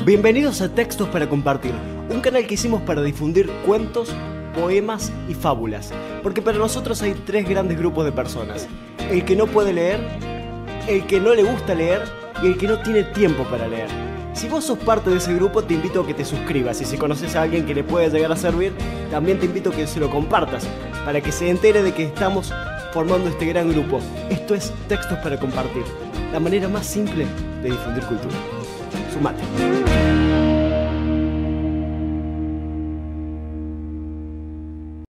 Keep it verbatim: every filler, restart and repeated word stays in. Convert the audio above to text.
Bienvenidos a Textos para Compartir, un canal que hicimos para difundir cuentos, poemas y fábulas, porque para nosotros hay tres grandes grupos de personas: el que no puede leer, el que no le gusta leer y el que no tiene tiempo para leer. Si vos sos parte de ese grupo, te invito a que te suscribas, y si conoces a alguien que le puede llegar a servir, también te invito a que se lo compartas, para que se entere de que estamos formando este gran grupo. Esto es Textos para Compartir, la manera más simple de difundir cultura. Sumate.